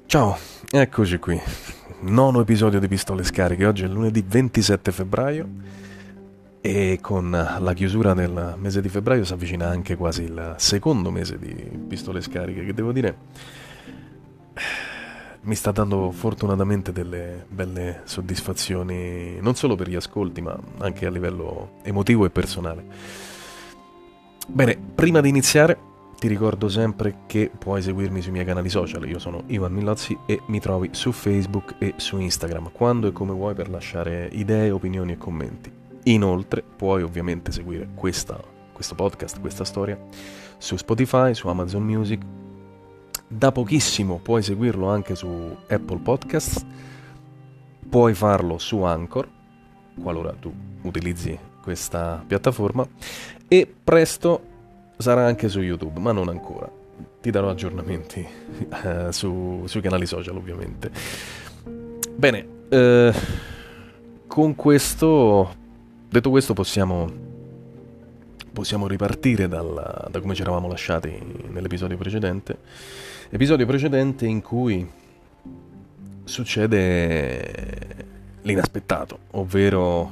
Ciao, eccoci qui. Nono episodio di Pistole Scariche. Oggi è lunedì 27 febbraio e con la chiusura del mese di febbraio si avvicina anche quasi il secondo mese di Pistole Scariche, che devo dire mi sta dando fortunatamente delle belle soddisfazioni, non solo per gli ascolti, ma anche a livello emotivo e personale. Bene, prima di iniziare ti ricordo sempre che puoi seguirmi sui miei canali social. Io sono Ivan Millozzi e mi trovi su Facebook e su Instagram, quando e come vuoi, per lasciare idee, opinioni e commenti. Inoltre puoi ovviamente seguire questo podcast, questa storia, su Spotify, su Amazon Music. Da pochissimo puoi seguirlo anche su Apple Podcasts, puoi farlo su Anchor, qualora tu utilizzi questa piattaforma, e presto sarà anche su YouTube, ma non ancora. Ti darò aggiornamenti sui canali social, ovviamente. Bene, con questo, detto questo, possiamo ripartire da come ci eravamo lasciati nell'episodio precedente. Episodio precedente in cui succede l'inaspettato, ovvero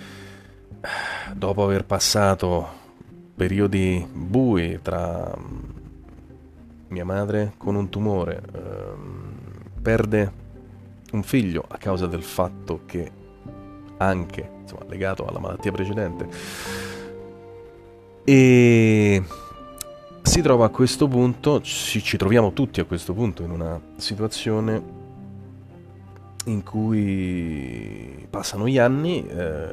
dopo aver passato periodi bui tra mia madre con un tumore, perde un figlio a causa del fatto che anche, insomma, legato alla malattia precedente, e si trova a questo punto, ci troviamo tutti a questo punto in una situazione in cui passano gli anni.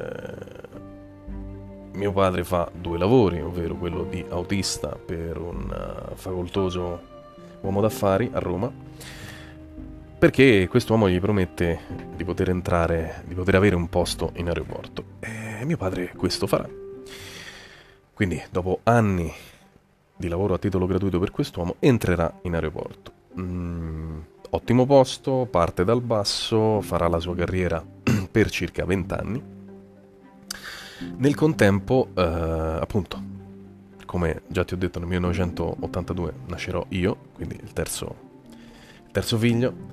Mio padre fa due lavori, ovvero quello di autista per un facoltoso uomo d'affari a Roma, perché quest'uomo gli promette di poter entrare, di poter avere un posto in aeroporto, e mio padre questo farà. Quindi dopo anni di lavoro a titolo gratuito per quest'uomo entrerà in aeroporto. Ottimo posto, parte dal basso, farà la sua carriera per circa 20 anni. Nel contempo, appunto, come già ti ho detto, nel 1982 nascerò io, quindi il terzo figlio,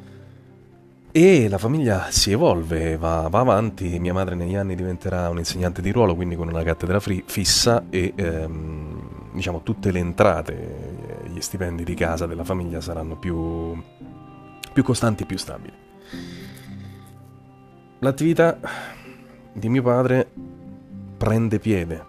e la famiglia si evolve, va avanti. Mia madre negli anni diventerà un insegnante di ruolo, quindi con una cattedra fissa, e diciamo tutte le entrate, gli stipendi di casa della famiglia saranno più costanti, più stabili. L'attività di mio padre prende piede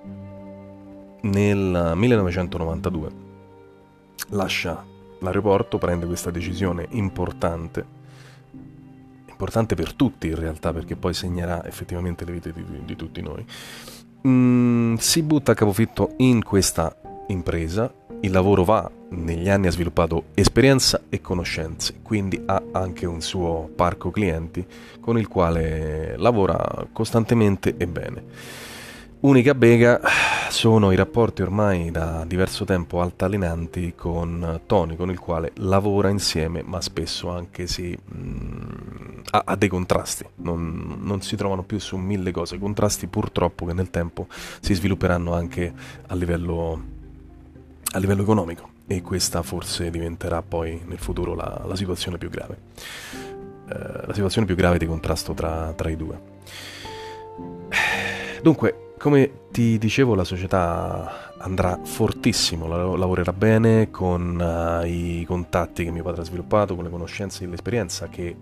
nel 1992, lascia l'aeroporto, prende questa decisione importante per tutti in realtà, perché poi segnerà effettivamente le vite di tutti noi. Si butta a capofitto in questa impresa. Il lavoro va, negli anni ha sviluppato esperienza e conoscenze, quindi ha anche un suo parco clienti con il quale lavora costantemente e bene. Unica bega sono i rapporti ormai da diverso tempo altalenanti con Tony, con il quale lavora insieme, ma spesso anche ha dei contrasti, non si trovano più su mille cose, contrasti purtroppo che nel tempo si svilupperanno anche a livello economico, e questa forse diventerà poi nel futuro la situazione più grave, la situazione più grave di contrasto tra i due. Dunque, come ti dicevo, la società andrà fortissimo, lavorerà bene con i contatti che mio padre ha sviluppato, con le conoscenze e l'esperienza che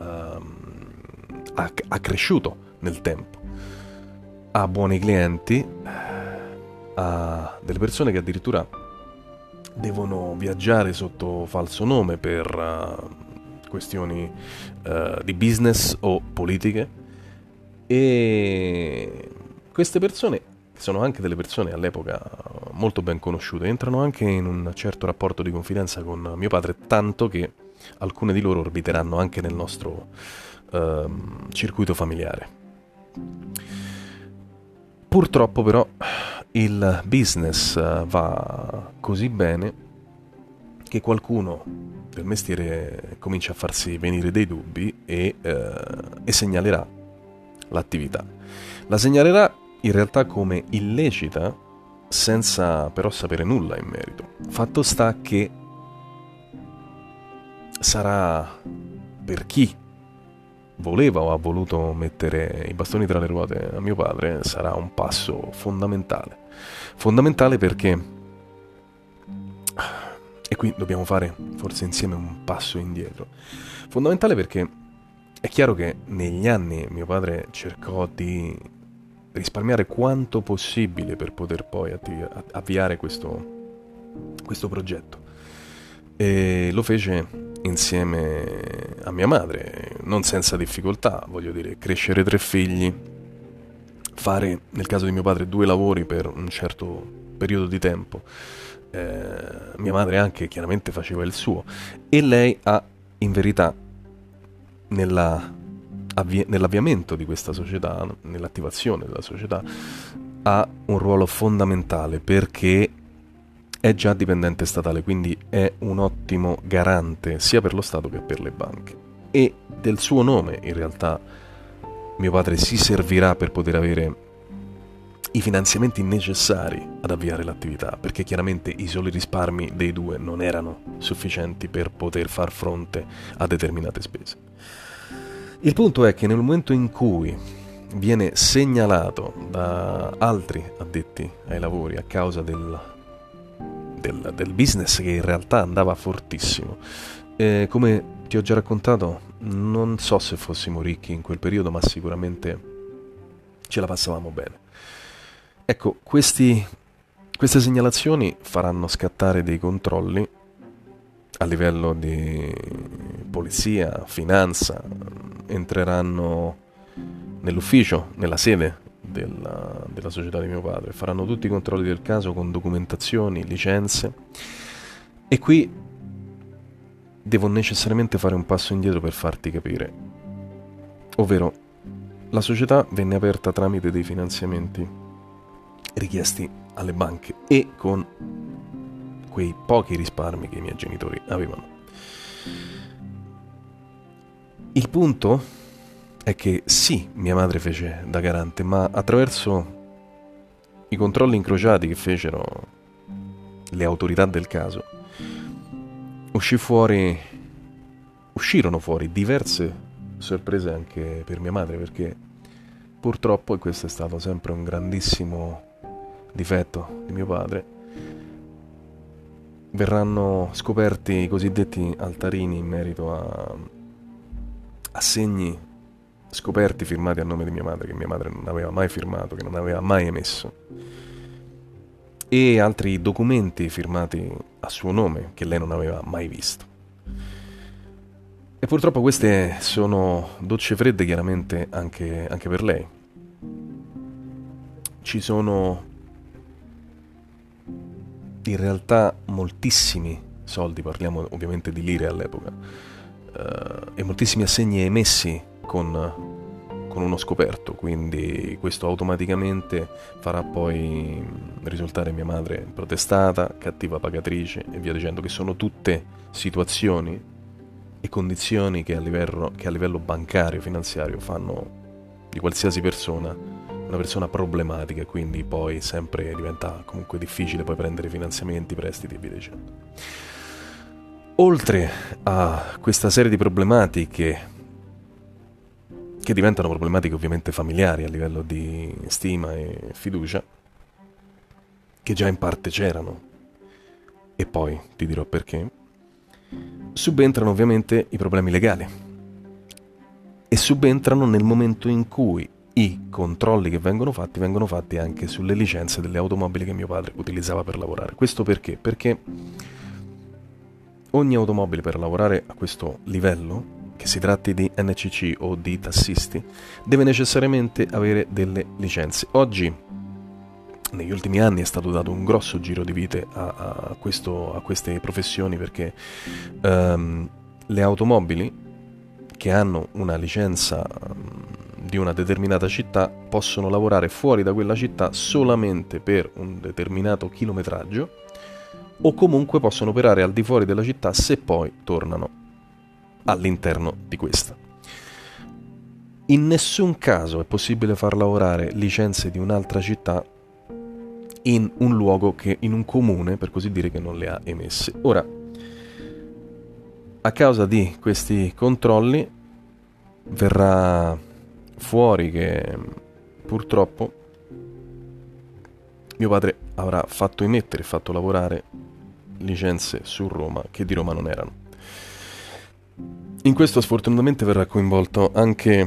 ha cresciuto nel tempo. Ha buoni clienti, ha delle persone che addirittura devono viaggiare sotto falso nome per questioni di business o politiche, e queste persone, che sono anche delle persone all'epoca molto ben conosciute, entrano anche in un certo rapporto di confidenza con mio padre, tanto che alcune di loro orbiteranno anche nel nostro circuito familiare. Purtroppo però il business va così bene che qualcuno del mestiere comincia a farsi venire dei dubbi e segnalerà l'attività. La segnalerà in realtà come illecita, senza però sapere nulla in merito. Fatto sta che sarà, per chi voleva o ha voluto mettere i bastoni tra le ruote a mio padre, sarà un passo fondamentale. Fondamentale perché, e qui dobbiamo fare forse insieme un passo indietro, fondamentale perché è chiaro che negli anni mio padre cercò di risparmiare quanto possibile per poter poi avviare questo progetto. E lo fece insieme a mia madre, non senza difficoltà, voglio dire, crescere 3 figli, fare, nel caso di mio padre, 2 lavori per un certo periodo di tempo. Mia madre anche chiaramente faceva il suo, e lei ha, in verità, nell'avviamento di questa società, nell'attivazione della società, ha un ruolo fondamentale perché è già dipendente statale, quindi è un ottimo garante sia per lo Stato che per le banche. E del suo nome, in realtà, mio padre si servirà per poter avere i finanziamenti necessari ad avviare l'attività, perché chiaramente i soli risparmi dei 2 non erano sufficienti per poter far fronte a determinate spese. Il punto è che nel momento in cui viene segnalato da altri addetti ai lavori a causa del business che in realtà andava fortissimo, come ti ho già raccontato, non so se fossimo ricchi in quel periodo, ma sicuramente ce la passavamo bene. Ecco, queste segnalazioni faranno scattare dei controlli a livello di polizia, finanza, entreranno nell'ufficio, nella sede della società di mio padre, faranno tutti i controlli del caso con documentazioni, licenze, e qui devo necessariamente fare un passo indietro per farti capire, ovvero la società venne aperta tramite dei finanziamenti richiesti alle banche e con quei pochi risparmi che i miei genitori avevano. Il punto è che sì, mia madre fece da garante, ma attraverso i controlli incrociati che fecero le autorità del caso, uscirono fuori diverse sorprese anche per mia madre, perché purtroppo, e questo è stato sempre un grandissimo difetto di mio padre, verranno scoperti i cosiddetti altarini in merito a assegni scoperti firmati a nome di mia madre, che mia madre non aveva mai firmato, che non aveva mai emesso, e altri documenti firmati a suo nome che lei non aveva mai visto. E purtroppo queste sono docce fredde, chiaramente anche per lei. Ci sono in realtà moltissimi soldi, parliamo ovviamente di lire all'epoca, e moltissimi assegni emessi con uno scoperto, quindi questo automaticamente farà poi risultare mia madre protestata, cattiva pagatrice e via dicendo, che sono tutte situazioni e condizioni che a livello bancario, finanziario, fanno di qualsiasi persona una persona problematica, e quindi poi sempre diventa comunque difficile poi prendere finanziamenti, prestiti e via dicendo. Oltre a questa serie di problematiche, che diventano problematiche ovviamente familiari a livello di stima e fiducia, che già in parte c'erano, e poi ti dirò perché, subentrano ovviamente i problemi legali, e subentrano nel momento in cui i controlli che vengono fatti anche sulle licenze delle automobili che mio padre utilizzava per lavorare. Questo perché? Perché ogni automobile, per lavorare a questo livello, che si tratti di NCC o di tassisti, deve necessariamente avere delle licenze. Oggi, negli ultimi anni, è stato dato un grosso giro di vite a queste professioni, perché le automobili che hanno una licenza di una determinata città possono lavorare fuori da quella città solamente per un determinato chilometraggio, o comunque possono operare al di fuori della città se poi tornano all'interno di questa. In nessun caso è possibile far lavorare licenze di un'altra città in un luogo in un comune, per così dire, che non le ha emesse. Ora, a causa di questi controlli verrà fuori che purtroppo mio padre avrà fatto emettere e fatto lavorare licenze su Roma che di Roma non erano. In questo sfortunatamente verrà coinvolto anche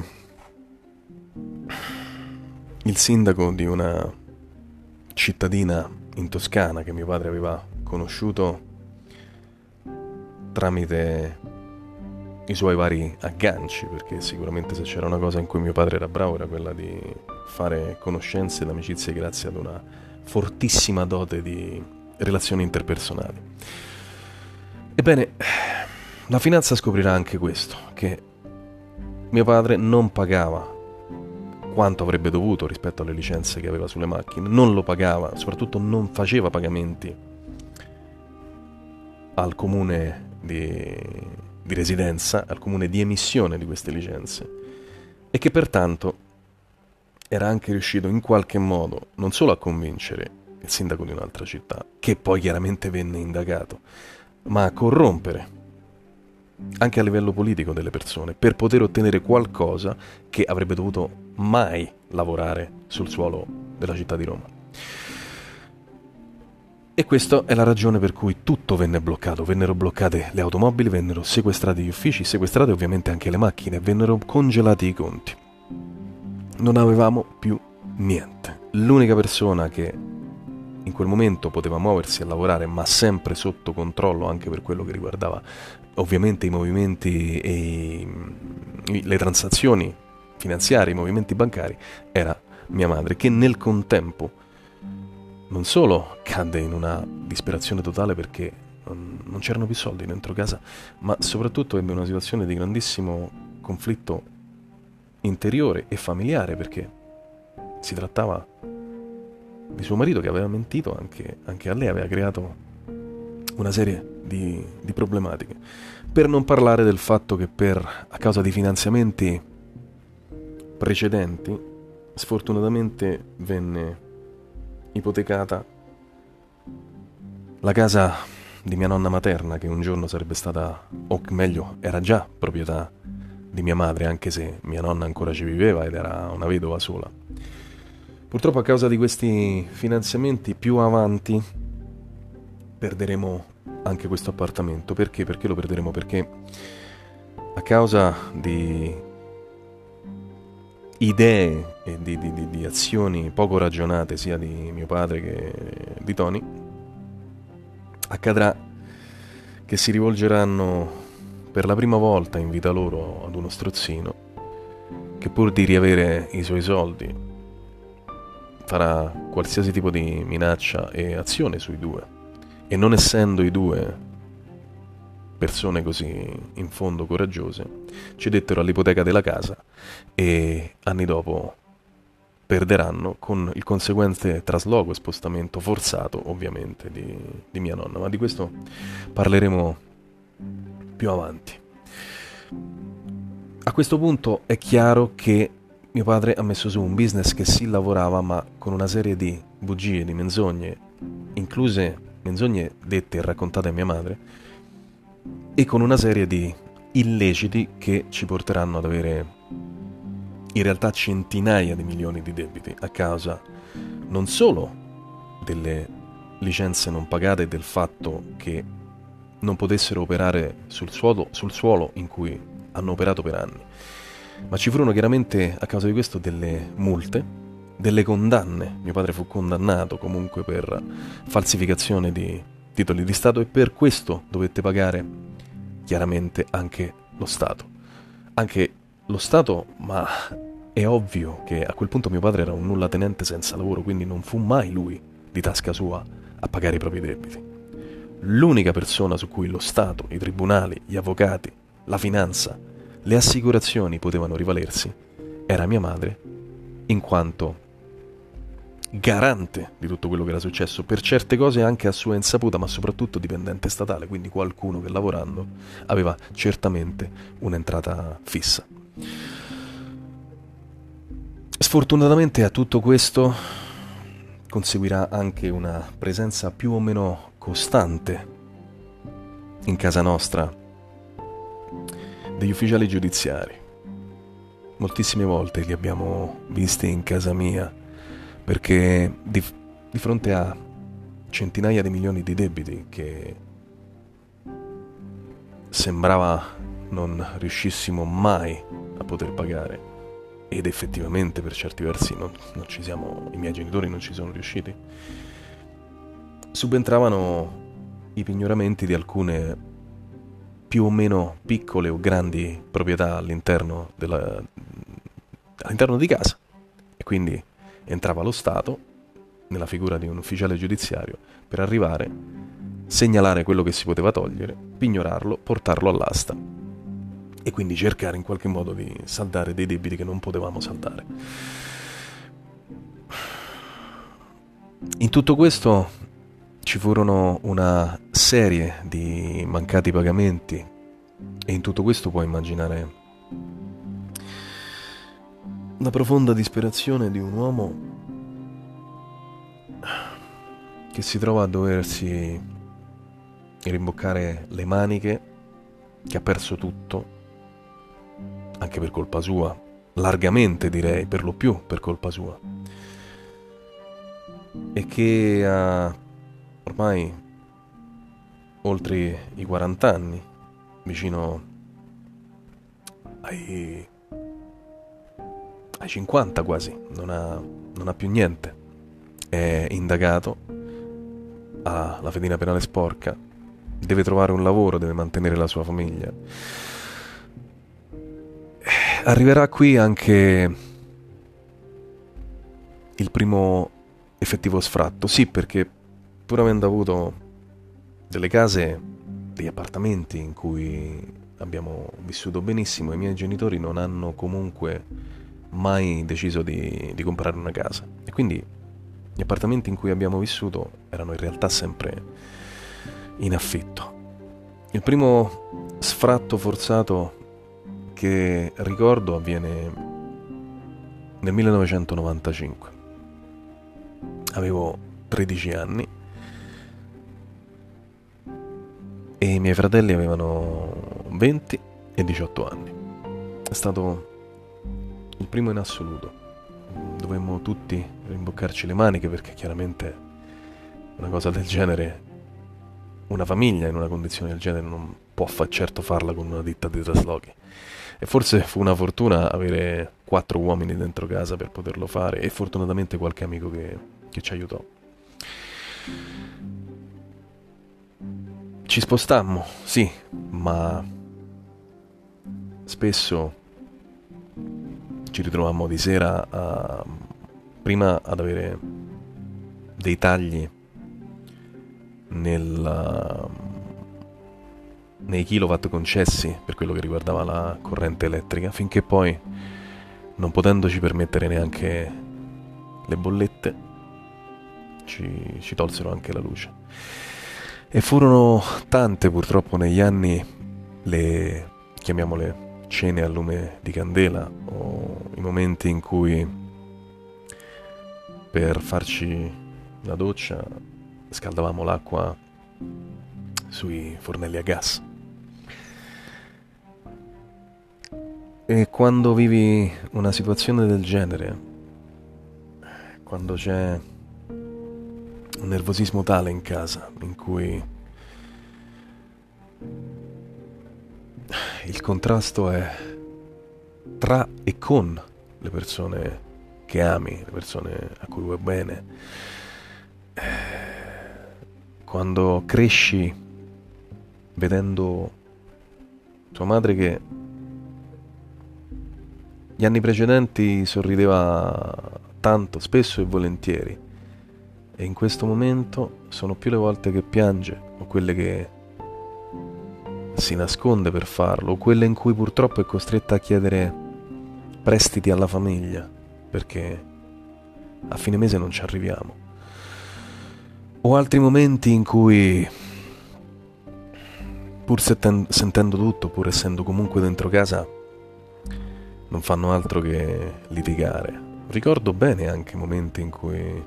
il sindaco di una cittadina in Toscana che mio padre aveva conosciuto tramite i suoi vari agganci, perché sicuramente se c'era una cosa in cui mio padre era bravo era quella di fare conoscenze ed amicizie grazie ad una fortissima dote di relazioni interpersonali. Ebbene, la finanza scoprirà anche questo, che mio padre non pagava quanto avrebbe dovuto rispetto alle licenze che aveva sulle macchine, non lo pagava, soprattutto non faceva pagamenti al comune di residenza, al comune di emissione di queste licenze, e che pertanto era anche riuscito in qualche modo non solo a convincere il sindaco di un'altra città, che poi chiaramente venne indagato, ma a corrompere anche a livello politico delle persone per poter ottenere qualcosa che avrebbe dovuto mai lavorare sul suolo della città di Roma. E questa è la ragione per cui tutto venne bloccato. Vennero bloccate le automobili, vennero sequestrati gli uffici, sequestrate ovviamente anche le macchine, vennero congelati i conti. Non avevamo più niente. L'unica persona che in quel momento poteva muoversi e lavorare, ma sempre sotto controllo anche per quello che riguardava ovviamente i movimenti e le transazioni finanziarie, i movimenti bancari, era mia madre, che nel contempo non solo cadde in una disperazione totale perché non c'erano più soldi dentro casa, ma soprattutto ebbe una situazione di grandissimo conflitto interiore e familiare, perché si trattava di suo marito che aveva mentito anche a lei, aveva creato una serie di problematiche. Per non parlare del fatto che a causa di finanziamenti precedenti, sfortunatamente venne ipotecata la casa di mia nonna materna, che un giorno sarebbe stata, o meglio, era già proprietà di mia madre, anche se mia nonna ancora ci viveva ed era una vedova sola. Purtroppo a causa di questi finanziamenti più avanti perderemo anche questo appartamento. Perché? Perché lo perderemo? Perché a causa di idee e di azioni poco ragionate sia di mio padre che di Tony, accadrà che si rivolgeranno per la prima volta in vita loro ad uno strozzino che, pur di riavere i suoi soldi, farà qualsiasi tipo di minaccia e azione sui due, e non essendo i due persone così in fondo coraggiose, cedettero all'ipoteca della casa e anni dopo perderanno, con il conseguente trasloco e spostamento forzato ovviamente di mia nonna, ma di questo parleremo più avanti. A questo punto è chiaro che mio padre ha messo su un business che si lavorava, ma con una serie di bugie, di menzogne, incluse menzogne dette e raccontate a mia madre, e con una serie di illeciti che ci porteranno ad avere in realtà centinaia di milioni di debiti a causa non solo delle licenze non pagate e del fatto che non potessero operare sul suolo in cui hanno operato per anni, ma ci furono chiaramente a causa di questo delle multe, delle condanne. Mio padre fu condannato comunque per falsificazione di titoli di Stato e per questo dovette pagare chiaramente anche lo Stato. Anche lo Stato, ma è ovvio che a quel punto mio padre era un nullatenente senza lavoro, quindi non fu mai lui di tasca sua a pagare i propri debiti. L'unica persona su cui lo Stato, i tribunali, gli avvocati, la finanza, le assicurazioni potevano rivalersi era mia madre, in quanto garante di tutto quello che era successo, per certe cose anche a sua insaputa, ma soprattutto dipendente statale, quindi qualcuno che lavorando aveva certamente un'entrata fissa. Sfortunatamente a tutto questo conseguirà anche una presenza più o meno costante in casa nostra degli ufficiali giudiziari. Moltissime volte li abbiamo visti in casa mia, perché di fronte a centinaia di milioni di debiti che sembrava non riuscissimo mai a poter pagare, ed effettivamente per certi versi i miei genitori non ci sono riusciti, subentravano i pignoramenti di alcune più o meno piccole o grandi proprietà all'interno di casa, e quindi entrava lo Stato nella figura di un ufficiale giudiziario per arrivare, segnalare quello che si poteva togliere, pignorarlo, portarlo all'asta e quindi cercare in qualche modo di saldare dei debiti che non potevamo saldare. In tutto questo ci furono una serie di mancati pagamenti, e in tutto questo puoi immaginare la profonda disperazione di un uomo che si trova a doversi rimboccare le maniche, che ha perso tutto, anche per colpa sua, largamente direi, per lo più per colpa sua, e che ha ormai oltre i 40 anni, vicino ai 50 quasi, non ha più niente, è indagato, ha la fedina penale sporca, deve trovare un lavoro, deve mantenere la sua famiglia. Arriverà qui anche il primo effettivo sfratto, sì, perché pur avendo avuto delle case, degli appartamenti in cui abbiamo vissuto benissimo, i miei genitori non hanno comunque mai deciso di comprare una casa, e quindi gli appartamenti in cui abbiamo vissuto erano in realtà sempre in affitto. Il primo sfratto forzato che ricordo avviene nel 1995. Avevo 13 anni e i miei fratelli avevano 20 e 18 anni. È stato il primo in assoluto. Dovemmo tutti rimboccarci le maniche, perché chiaramente una cosa del genere, una famiglia in una condizione del genere non può certo farla con una ditta di traslochi. E forse fu una fortuna avere 4 uomini dentro casa per poterlo fare, e fortunatamente qualche amico che ci aiutò. Ci spostammo, sì, ma spesso ci ritrovammo di sera prima ad avere dei tagli nei kilowatt concessi per quello che riguardava la corrente elettrica, finché poi, non potendoci permettere neanche le bollette, ci tolsero anche la luce. E furono tante purtroppo negli anni le, chiamiamole, cene a lume di candela, o i momenti in cui per farci la doccia scaldavamo l'acqua sui fornelli a gas. E quando vivi una situazione del genere, quando c'è un nervosismo tale in casa, in cui il contrasto è tra e con le persone che ami, le persone a cui vuoi bene, quando cresci vedendo tua madre che gli anni precedenti sorrideva tanto, spesso e volentieri, e in questo momento sono più le volte che piange, o quelle che si nasconde per farlo, o quelle in cui purtroppo è costretta a chiedere prestiti alla famiglia perché a fine mese non ci arriviamo, o altri momenti in cui, pur sentendo tutto, pur essendo comunque dentro casa, non fanno altro che litigare. Ricordo bene anche momenti in cui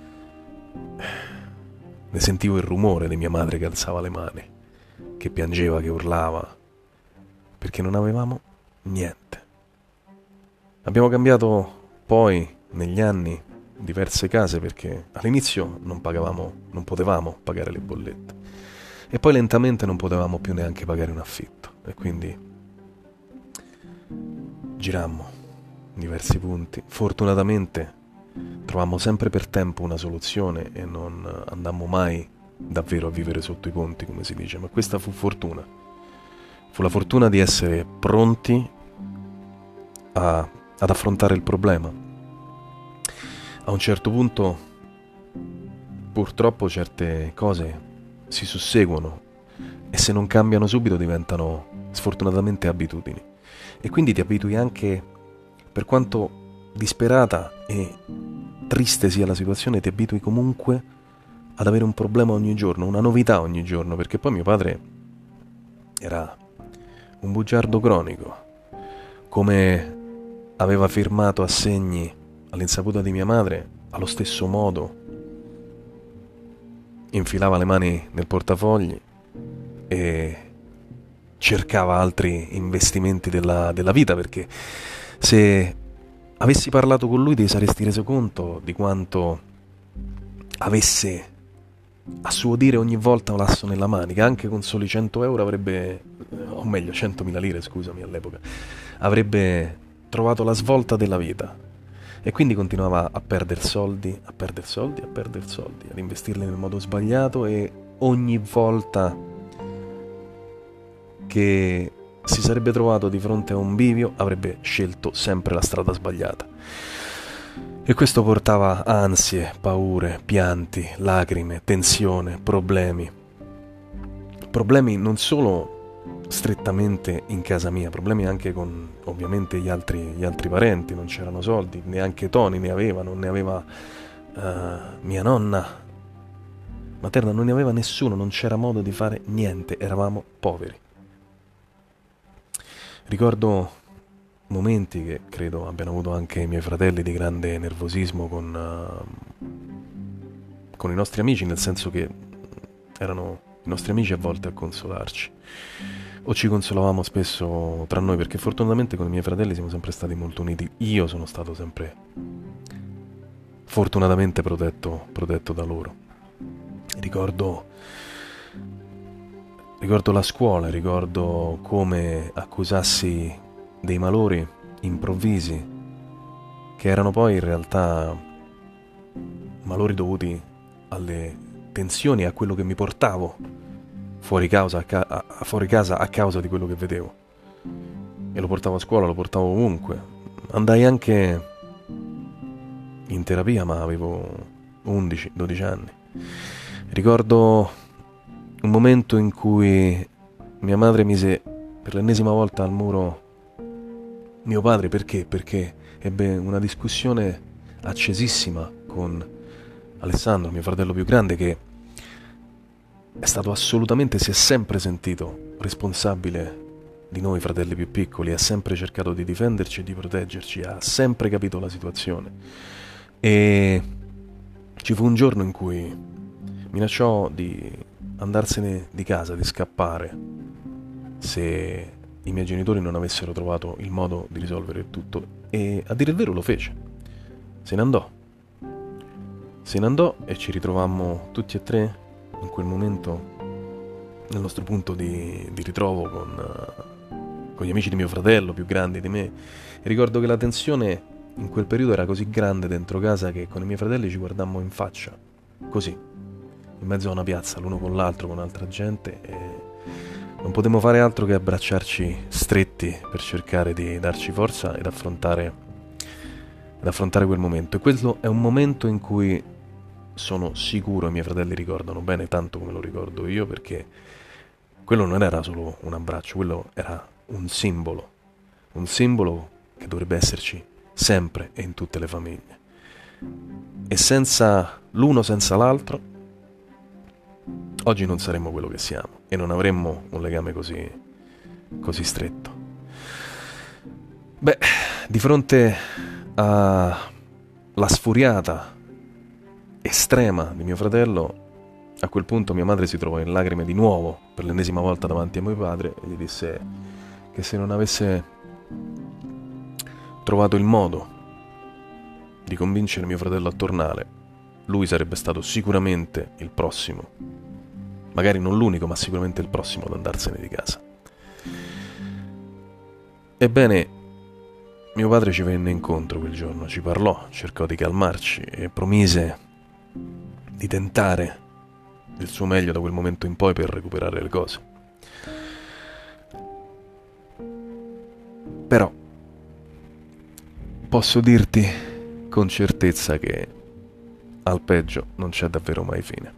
ne sentivo il rumore di mia madre che alzava le mani, che piangeva, che urlava, perché non avevamo niente. Abbiamo cambiato poi negli anni diverse case perché all'inizio non potevamo pagare le bollette e poi lentamente non potevamo più neanche pagare un affitto e quindi girammo in diversi punti. Fortunatamente trovammo sempre per tempo una soluzione e non andammo mai davvero a vivere sotto i ponti, come si dice, ma questa fu fortuna. Fu la fortuna di essere pronti ad affrontare il problema. A un certo punto, purtroppo, certe cose si susseguono e se non cambiano subito diventano sfortunatamente abitudini. E quindi ti abitui anche, per quanto disperata e triste sia la situazione, ti abitui comunque ad avere un problema ogni giorno, una novità ogni giorno, perché poi mio padre era un bugiardo cronico, come aveva firmato assegni all'insaputa di mia madre, allo stesso modo infilava le mani nel portafogli e cercava altri investimenti della vita, perché se avessi parlato con lui ti saresti reso conto di quanto avesse a suo dire ogni volta un lasso nella manica. Anche con soli 100 euro avrebbe, o meglio 100.000 lire, scusami, all'epoca, avrebbe trovato la svolta della vita. E quindi continuava a perdere soldi, a perdere soldi, a perdere soldi, ad investirli nel modo sbagliato, e ogni volta che si sarebbe trovato di fronte a un bivio avrebbe scelto sempre la strada sbagliata. E questo portava ansie, paure, pianti, lacrime, tensione, problemi. Problemi non solo strettamente in casa mia, problemi anche con ovviamente gli altri parenti. Non c'erano soldi, neanche Tony ne aveva, non ne aveva mia nonna materna, non ne aveva nessuno, non c'era modo di fare niente, eravamo poveri. Ricordo momenti che credo abbiano avuto anche i miei fratelli di grande nervosismo con i nostri amici, nel senso che erano i nostri amici a volte a consolarci, o ci consolavamo spesso tra noi, perché fortunatamente con i miei fratelli siamo sempre stati molto uniti. Io sono stato sempre fortunatamente protetto da loro. Ricordo la scuola, ricordo come accusassi dei malori improvvisi, che erano poi in realtà malori dovuti alle tensioni e a quello che mi portavo fuori casa a causa di quello che vedevo. E lo portavo a scuola, lo portavo ovunque. Andai anche in terapia, ma avevo 11-12 anni. Ricordo un momento in cui mia madre mise per l'ennesima volta al muro mio padre. Perché? Perché ebbe una discussione accesissima con Alessandro, mio fratello più grande, che è stato assolutamente, si è sempre sentito responsabile di noi fratelli più piccoli, ha sempre cercato di difenderci e di proteggerci, ha sempre capito la situazione. E ci fu un giorno in cui minacciò di andarsene di casa, di scappare, se i miei genitori non avessero trovato il modo di risolvere il tutto. E a dire il vero lo fece. Se ne andò e ci ritrovammo tutti e tre in quel momento nel nostro punto di ritrovo con gli amici di mio fratello più grandi di me. E ricordo che la tensione in quel periodo era così grande dentro casa che con i miei fratelli ci guardammo in faccia, così, in mezzo a una piazza, l'uno con l'altro, con altra gente, e non potemmo fare altro che abbracciarci stretti per cercare di darci forza ed affrontare quel momento. E quello è un momento in cui sono sicuro i miei fratelli ricordano bene, tanto come lo ricordo io, perché quello non era solo un abbraccio, quello era un simbolo che dovrebbe esserci sempre e in tutte le famiglie. E senza l'uno, senza l'altro, oggi non saremmo quello che siamo e non avremmo un legame così stretto. Beh, di fronte alla sfuriata estrema di mio fratello, a quel punto mia madre si trovò in lacrime di nuovo per l'ennesima volta davanti a mio padre e gli disse che se non avesse trovato il modo di convincere mio fratello a tornare, lui sarebbe stato sicuramente il prossimo, magari non l'unico, ma sicuramente il prossimo ad andarsene di casa. Ebbene, mio padre ci venne incontro quel giorno, ci parlò, cercò di calmarci e promise di tentare il suo meglio da quel momento in poi per recuperare le cose. Però posso dirti con certezza che al peggio non c'è davvero mai fine.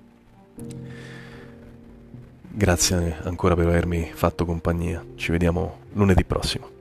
Grazie ancora per avermi fatto compagnia. Ci vediamo lunedì prossimo.